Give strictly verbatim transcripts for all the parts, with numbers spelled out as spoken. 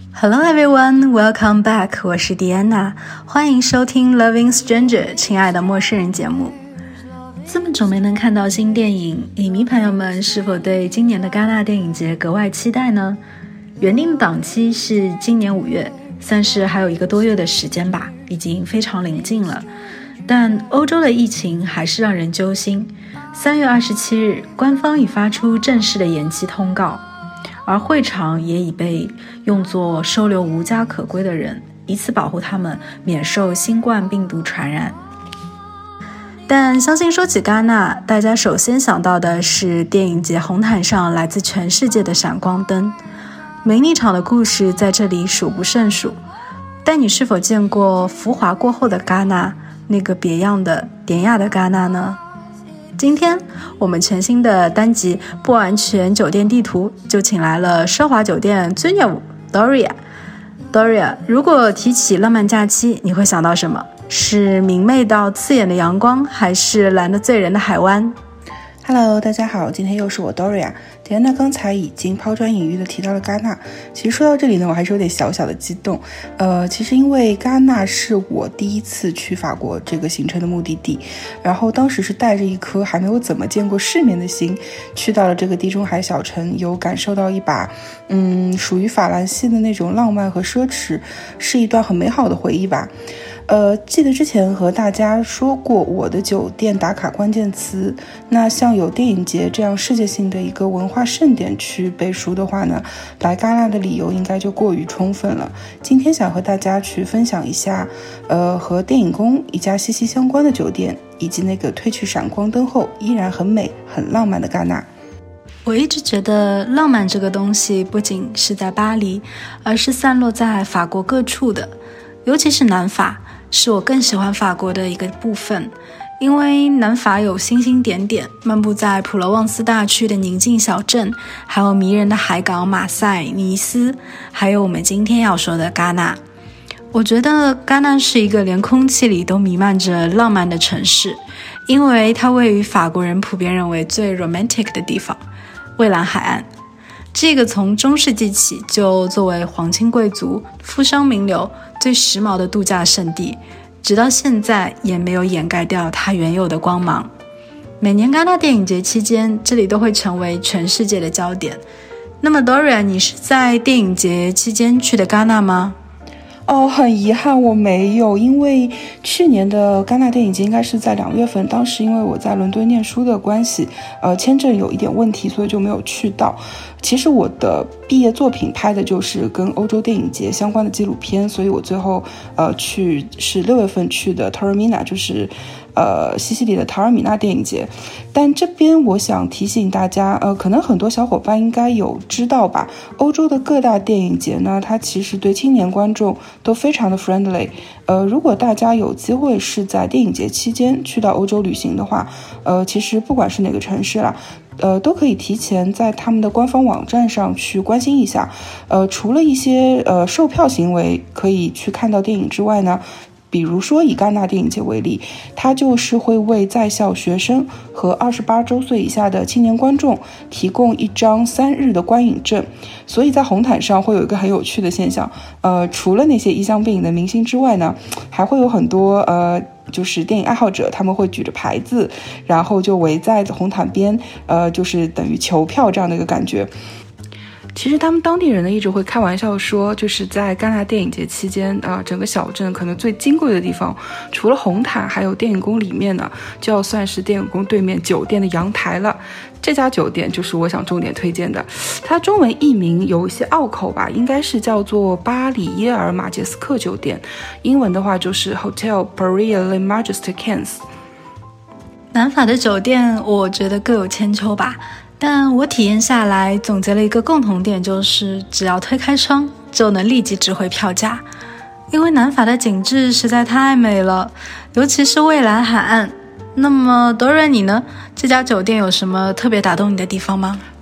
Hello everyone, welcome back. 我是迪安娜，欢迎收听 Loving Stranger 亲爱的陌生人节目。这么久没能看到新电影，影迷朋友们是否对今年的戛纳电影节格外期待呢？原定的档期是今年五月，算是还有一个多月的时间吧，已经非常临近了。但欧洲的疫情还是让人揪心。三月二十七日，官方已发出正式的延期通告，而会场也已被用作收留无家可归的人，以此保护他们免受新冠病毒传染。但相信说起戛纳，大家首先想到的是电影节红毯上来自全世界的闪光灯。没逆场的故事在这里数不胜数，但你是否见过浮华过后的戛纳，那个别样的典雅的戛纳呢？今天我们全新的单集不完全酒店地图就请来了奢华酒店尊业务 Doria。 Doria， 如果提起浪漫假期，你会想到什么？是明媚到刺眼的阳光，还是蓝得醉人的海湾？ Hello， 大家好，今天又是我 Doria。 迪安娜刚才已经抛砖引玉的提到了戛纳，其实说到这里呢，我还是有点小小的激动。呃，其实因为戛纳是我第一次去法国这个行程的目的地，然后当时是带着一颗还没有怎么见过世面的心，去到了这个地中海小城，有感受到一把嗯属于法兰西的那种浪漫和奢侈，是一段很美好的回忆吧。呃，记得之前和大家说过我的酒店打卡关键词，那像有电影节这样世界性的一个文化盛典去背书的话呢，来戛纳的理由应该就过于充分了。今天想和大家去分享一下，呃，和电影宫一家息息相关的酒店，以及那个褪去闪光灯后依然很美、很浪漫的戛纳。 我一直觉得浪漫这个东西不仅是在巴黎，而是散落在法国各处的，尤其是南法。是我更喜欢法国的一个部分，因为南法有星星点点漫步在普罗旺斯大区的宁静小镇，还有迷人的海港马赛、尼斯，还有我们今天要说的戛纳。我觉得戛纳是一个连空气里都弥漫着浪漫的城市，因为它位于法国人普遍认为最 romantic 的地方——蔚蓝海岸。这个从中世纪起就作为皇亲贵族、富商名流最时髦的度假胜地，直到现在也没有掩盖掉它原有的光芒。每年戛纳电影节期间，这里都会成为全世界的焦点。那么 Doria， 你是在电影节期间去的戛纳吗？ 哦，很遗憾我没有，因为去年的戛纳电影节应该是在两月份，当时因为我在伦敦念书的关系，呃，签证有一点问题，所以就没有去到。其实我的毕业作品拍的就是跟欧洲电影节相关的纪录片，所以我最后呃去是六月份去的 Taormina， 就是呃西西里的塔尔米纳电影节。但这边我想提醒大家，呃，可能很多小伙伴应该有知道吧，欧洲的各大电影节呢，它其实对青年观众都非常的 friendly。呃，如果大家有机会是在电影节期间去到欧洲旅行的话，呃，其实不管是哪个城市啦，呃，都可以提前在他们的官方网站上去关心一下。呃，除了一些呃售票行为可以去看到电影之外呢，比如说以戛纳电影节为例，它就是会为在校学生和二十八周岁以下的青年观众提供一张三日的观影证。所以在红毯上会有一个很有趣的现象，呃，除了那些一向必影的明星之外呢，还会有很多呃就是电影爱好者，他们会举着牌子，然后就围在红毯边，呃，就是等于求票这样的一个感觉。其实他们当地人呢一直会开玩笑说，就是在戛纳电影节期间啊、呃，整个小镇可能最金贵的地方，除了红毯，还有电影宫里面呢，就要算是电影宫对面酒店的阳台了。这家酒店就是我想重点推荐的，它中文译名有一些拗口吧，应该是叫做巴里耶尔马杰斯克酒店，英文的话就是 Hotel Paris Le Majestic Cannes。 南法的酒店我觉得各有千秋吧，但我体验下来总结了一个共同点，就是只要推开窗就能立即指挥票价。因为南法的景致实在太美了，尤其是蔚蓝海岸。那么 Doria 你呢？这家酒店有什么特别打动你的地方吗？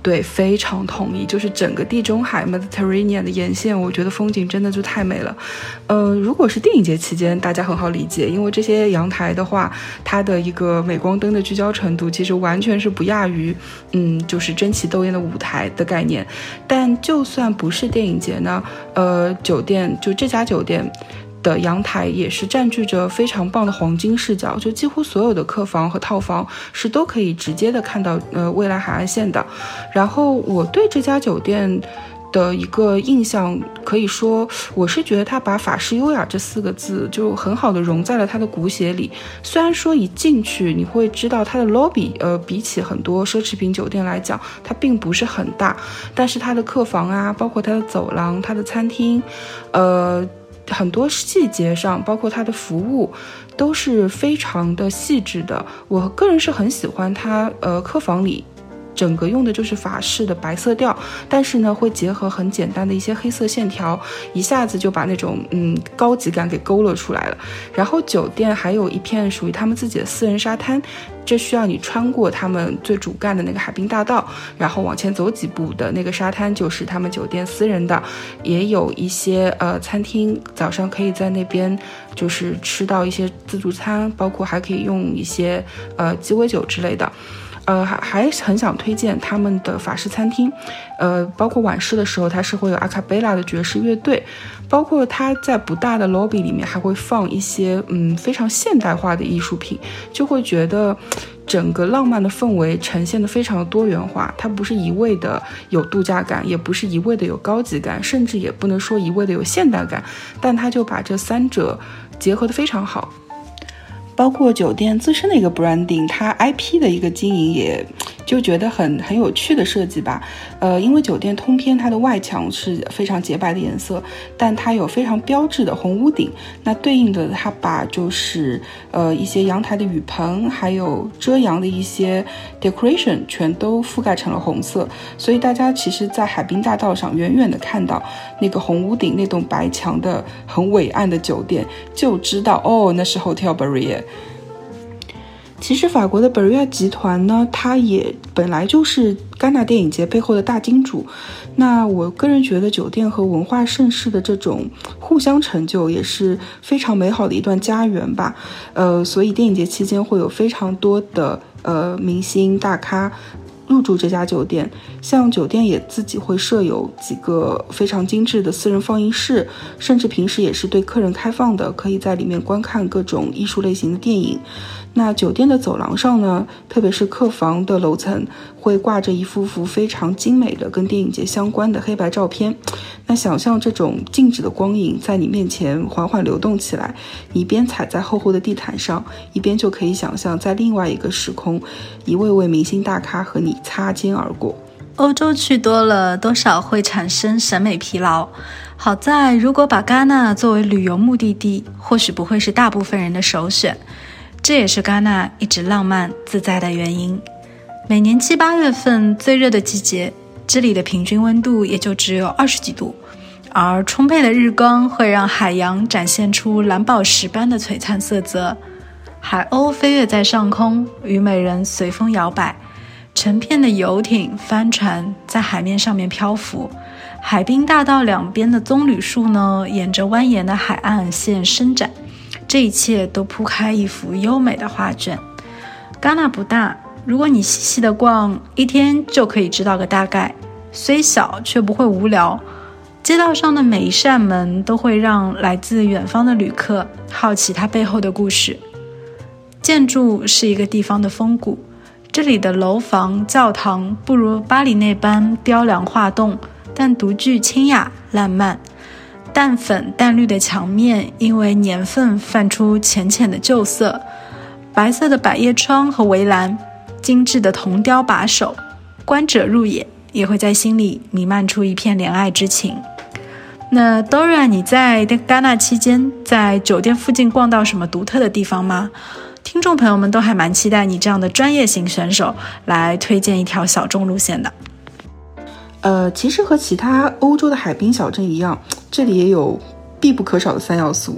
对，非常同意，就是整个地中海 Mediterranean 的沿线，我觉得风景真的就太美了。呃，如果是电影节期间，大家很好理解，因为这些阳台的话，它的一个镁光灯的聚焦程度其实完全是不亚于嗯，就是争奇斗艳的舞台的概念。但就算不是电影节呢，呃，酒店就这家酒店的阳台也是占据着非常棒的黄金视角，就几乎所有的客房和套房是都可以直接的看到呃蔚蓝海岸线的。然后我对这家酒店的一个印象，可以说我是觉得它把法式优雅这四个字就很好的融在了它的骨血里。虽然说一进去你会知道它的 lobby 呃，比起很多奢侈品酒店来讲它并不是很大，但是它的客房啊，包括它的走廊，它的餐厅，呃很多细节上，包括它的服务都是非常的细致的。我个人是很喜欢它呃客房里整个用的就是法式的白色调，但是呢会结合很简单的一些黑色线条，一下子就把那种嗯高级感给勾勒出来了。然后酒店还有一片属于他们自己的私人沙滩，这需要你穿过他们最主干的那个海滨大道，然后往前走几步的那个沙滩就是他们酒店私人的，也有一些呃餐厅早上可以在那边就是吃到一些自助餐，包括还可以用一些呃鸡尾酒之类的。呃，还还很想推荐他们的法式餐厅，呃，包括晚市的时候，它是会有阿卡贝拉的爵士乐队，包括它在不大的 lobby 里面还会放一些嗯非常现代化的艺术品，就会觉得整个浪漫的氛围呈现的非常的多元化。它不是一味的有度假感，也不是一味的有高级感，甚至也不能说一味的有现代感，但它就把这三者结合的非常好。包括酒店自身的一个 branding， 它 I P 的一个经营也就觉得很很有趣的设计吧。呃，因为酒店通篇它的外墙是非常洁白的颜色，但它有非常标志的红屋顶，那对应的它把就是呃一些阳台的雨棚还有遮阳的一些 decoration 全都覆盖成了红色，所以大家其实在海滨大道上远远的看到那个红屋顶那栋白墙的很伟岸的酒店，就知道哦那是 Hotel Barrier。其实法国的 Barrier 集团呢，它也本来就是戛纳电影节背后的大金主。那我个人觉得酒店和文化盛事的这种互相成就也是非常美好的一段家园吧。呃，所以电影节期间会有非常多的呃明星大咖入住这家酒店，像酒店也自己会设有几个非常精致的私人放映室，甚至平时也是对客人开放的，可以在里面观看各种艺术类型的电影。那酒店的走廊上呢，特别是客房的楼层，会挂着一幅幅非常精美的跟电影节相关的黑白照片。那想象这种静止的光影在你面前缓缓流动起来，你一边踩在厚厚的地毯上，一边就可以想象在另外一个时空，一位位明星大咖和你擦肩而过。 欧洲去多了，多少会产生审美疲劳。好在如果把戛纳作为旅游目的地，或许不会是大部分人的首选。这也是戛纳一直浪漫自在的原因。每年七八月份最热的季节，这里的平均温度也就只有二十几度，而充沛的日光会让海洋展现出蓝宝石般的璀璨色泽。海鸥飞跃在上空，虞美人随风摇摆，成片的游艇、帆船在海面上面漂浮。海滨大道两边的棕榈树呢，沿着蜿蜒的海岸线伸展，这一切都铺开一幅优美的画卷。戛纳不大，如果你细细的逛，一天就可以知道个大概，虽小却不会无聊。街道上的每一扇门都会让来自远方的旅客好奇它背后的故事。建筑是一个地方的风骨，这里的楼房、教堂不如巴黎那般雕梁画栋，但独具清雅烂漫。淡粉淡绿的墙面因为年份泛出浅浅的旧色，白色的百叶窗和围栏，精致的铜雕把手，观者入眼也会在心里弥漫出一片怜爱之情。那 Dora， 你在戛纳期间在酒店附近逛到什么独特的地方吗？听众朋友们都还蛮期待你这样的专业型选手来推荐一条小众路线的。 呃，其实和其他欧洲的海滨小镇一样，这里也有必不可少的三要素：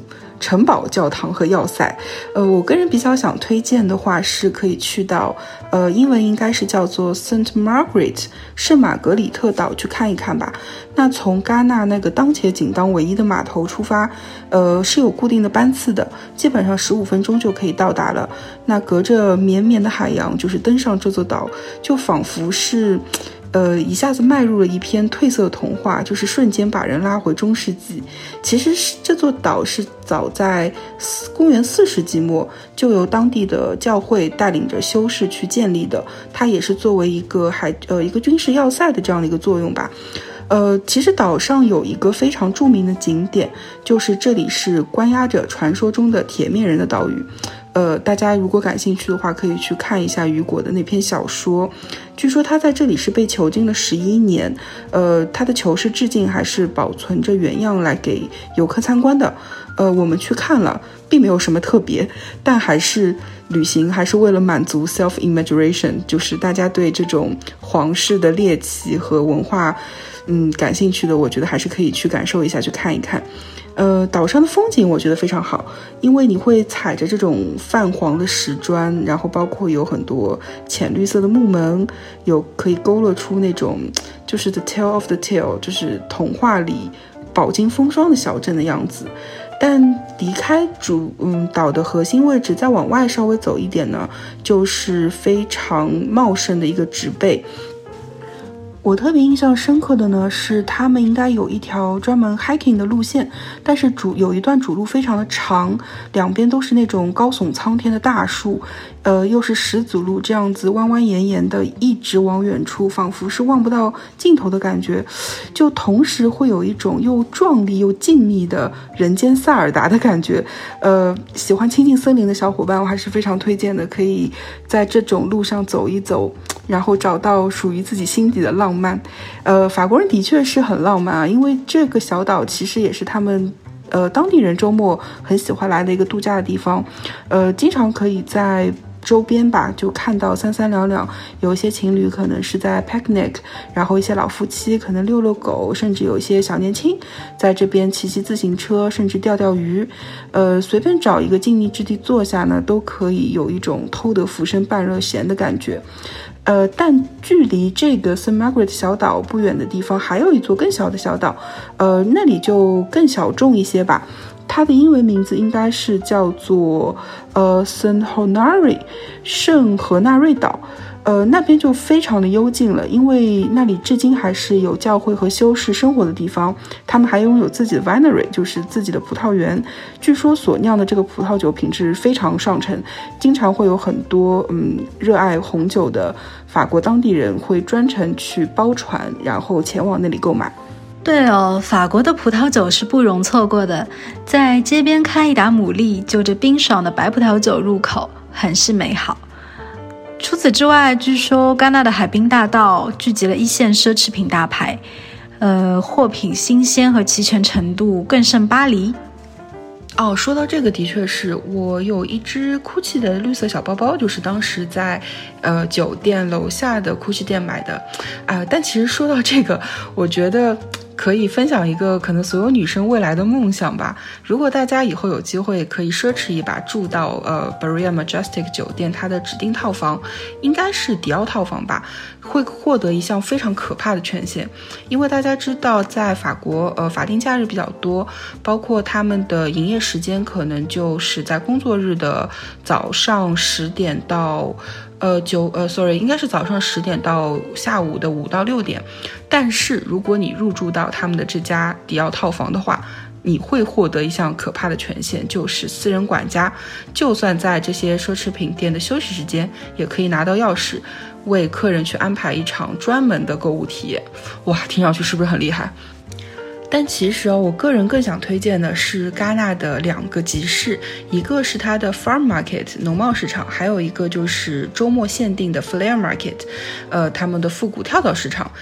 城堡教堂和要塞。呃，我个人比较想推荐的话是可以去到呃，英文应该是叫做 Saint Margaret 圣玛格里特岛去看一看吧。那从戛纳那个当前仅当唯一的码头出发，呃，是有固定的班次的，基本上十五分钟就可以到达了。那隔着绵绵的海洋，就是登上这座岛，就仿佛是呃，一下子迈入了一篇褪色童话，就是瞬间把人拉回中世纪。其实这座岛是早在公元四世纪末就由当地的教会带领着修士去建立的，它也是作为一个海呃一个军事要塞的这样的一个作用吧。呃，其实岛上有一个非常著名的景点，就是这里是关押着传说中的铁面人的岛屿。呃，大家如果感兴趣的话，可以去看一下雨果的那篇小说。据说他在这里是被囚禁了十一年，呃，他的囚室至今还是保存着原样来给游客参观的。呃，我们去看了，并没有什么特别，但还是旅行还是为了满足 self imagination， 就是大家对这种皇室的猎奇和文化嗯感兴趣的，我觉得还是可以去感受一下，去看一看。呃，岛上的风景我觉得非常好，因为你会踩着这种泛黄的石砖，然后包括有很多浅绿色的木门，有可以勾勒出那种就是 the tale of the tale， 就是童话里饱经风霜的小镇的样子。但离开主嗯岛的核心位置，再往外稍微走一点呢，就是非常茂盛的一个植被。我特别印象深刻的呢，是他们应该有一条专门 hiking 的路线，但是主有一段主路非常的长，两边都是那种高耸苍天的大树，呃，又是石子路这样子弯弯延延的，一直往远处，仿佛是望不到尽头的感觉，就同时会有一种又壮丽又静谧的人间塞尔达的感觉。呃，喜欢亲近森林的小伙伴，我还是非常推荐的，可以在这种路上走一走，然后找到属于自己心底的浪漫。呃，法国人的确是很浪漫啊，因为这个小岛其实也是他们呃当地人周末很喜欢来的一个度假的地方。呃，经常可以在周边吧，就看到三三两两，有一些情侣可能是在 picnic， 然后一些老夫妻可能遛遛狗，甚至有一些小年轻在这边骑骑自行车，甚至钓钓鱼。呃，随便找一个静谧之地坐下呢，都可以有一种偷得浮生半日闲的感觉。呃，但距离这个 Saint Margaret 小岛不远的地方，还有一座更小的小岛，呃，那里就更小众一些吧。它的英文名字应该是叫做呃 Saint Honore 圣何纳瑞岛。呃，那边就非常的幽静了，因为那里至今还是有教会和修士生活的地方，他们还拥有自己的 winery， 就是自己的葡萄园。据说所酿的这个葡萄酒品质非常上乘，经常会有很多嗯热爱红酒的法国当地人会专程去包船，然后前往那里购买。 对哦，法国的葡萄酒是不容错过的，在街边开一打牡蛎，就着冰爽的白葡萄酒入口，很是美好。除此之外，据说戛纳的海滨大道聚集了一线奢侈品大牌，呃，货品新鲜和齐全程度更胜巴黎。 哦，说到这个，的确是我有一只 Gucci 的绿色小包包，就是当时在呃酒店楼下的 Gucci 店买的，啊、呃，但其实说到这个，我觉得可以分享一个可能所有女生未来的梦想吧。如果大家以后有机会可以奢侈一把，住到呃 Berea Majestic 酒店它的指定套房，应该是迪奥套房吧，会获得一项非常可怕的权限。因为大家知道在法国呃法定假日比较多，包括他们的营业时间可能就是在工作日的早上十点到呃九呃 sorry 应该是早上十点到下午的五到六点。但是如果你入住到他们的这家迪奥套房的话，你会获得一项可怕的权限，就是私人管家就算在这些奢侈品店的休息时间，也可以拿到钥匙为客人去安排一场专门的购物体验。哇，听上去是不是很厉害？但其实哦，我个人更想推荐的是戛纳的两个集市，一个是它的 Farm Market 农贸市场，还有一个就是周末限定的 Flare Market， 呃，他们的复古跳蚤市场。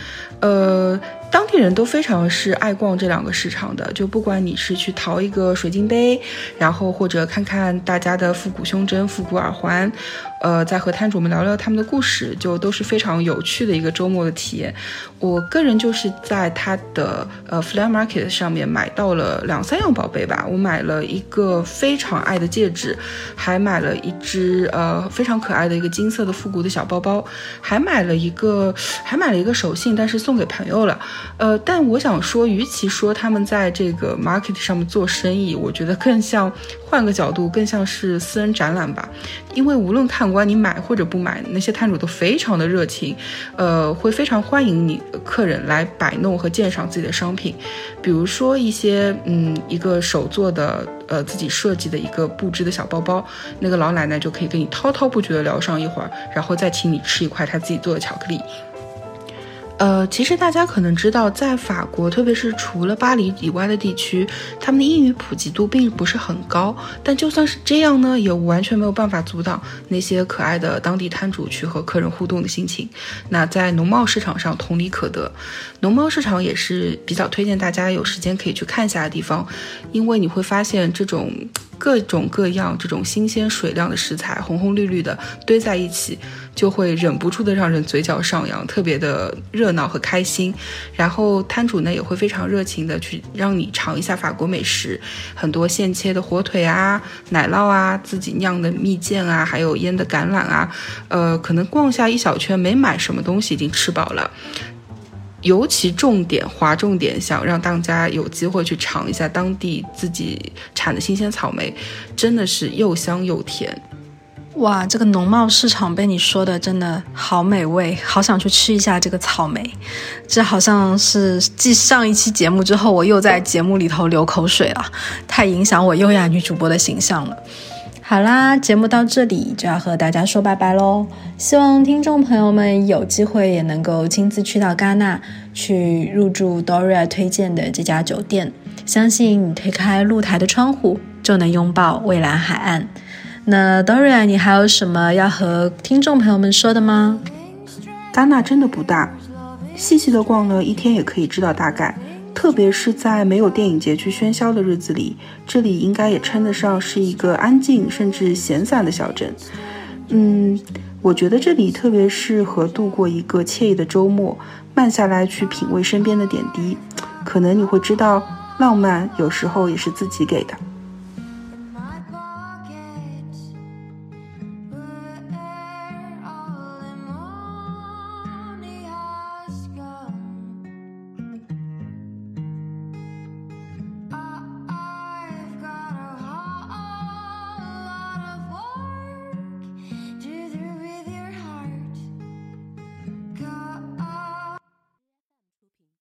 呃，当地人都非常是爱逛这两个市场的，就不管你是去淘一个水晶杯，然后或者看看大家的复古胸针、复古耳环，呃，再和摊主们聊聊他们的故事，就都是非常有趣的一个周末的体验。我个人就是在他的呃 Flea Market 上面买到了两三样宝贝吧，我买了一个非常爱的戒指，还买了一只呃非常可爱的一个金色的复古的小包包，还买了一个还买了一个手信，但是送给朋友了。呃，但我想说，与其说他们在这个 market 上面做生意，我觉得更像换个角度，更像是私人展览吧。因为无论看官你买或者不买，那些摊主都非常的热情，呃，会非常欢迎你客人来摆弄和鉴赏自己的商品。比如说一些嗯一个手做的呃自己设计的一个布织的小包包，那个老奶奶就可以跟你滔滔不绝的聊上一会儿，然后再请你吃一块她自己做的巧克力。呃，其实大家可能知道，在法国，特别是除了巴黎以外的地区，他们的英语普及度并不是很高。但就算是这样呢，也完全没有办法阻挡那些可爱的当地摊主去和客人互动的心情。那在农贸市场上同理可得，农贸市场也是比较推荐大家有时间可以去看一下的地方，因为你会发现这种各种各样这种新鲜水亮的食材，红红绿绿的堆在一起，就会忍不住的让人嘴角上扬，特别的热闹和开心。然后摊主呢也会非常热情的去让你尝一下法国美食，很多现切的火腿啊、奶酪啊、自己酿的蜜饯啊，还有腌的橄榄啊，呃，可能逛下一小圈没买什么东西，已经吃饱了。尤其重点划重点，想让大家有机会去尝一下当地自己产的新鲜草莓，真的是又香又甜。 哇，这个农贸市场被你说的真的好美味，好想去吃一下这个草莓。这好像是继上一期节目之后，我又在节目里头流口水了，太影响我优雅女主播的形象了。好啦，节目到这里就要和大家说拜拜咯。希望听众朋友们有机会也能够亲自去到戛纳，去入住 Doria 推荐的这家酒店，相信你推开露台的窗户就能拥抱蔚蓝海岸。那 Doria， 你还有什么要和听众朋友们说的吗？ 戛纳真的不大，细细的逛呢，一天也可以知道大概。特别是在没有电影节去喧嚣的日子里，这里应该也称得上是一个安静甚至闲散的小镇。嗯，我觉得这里特别适合度过一个惬意的周末，慢下来去品味身边的点滴。可能你会知道，浪漫有时候也是自己给的。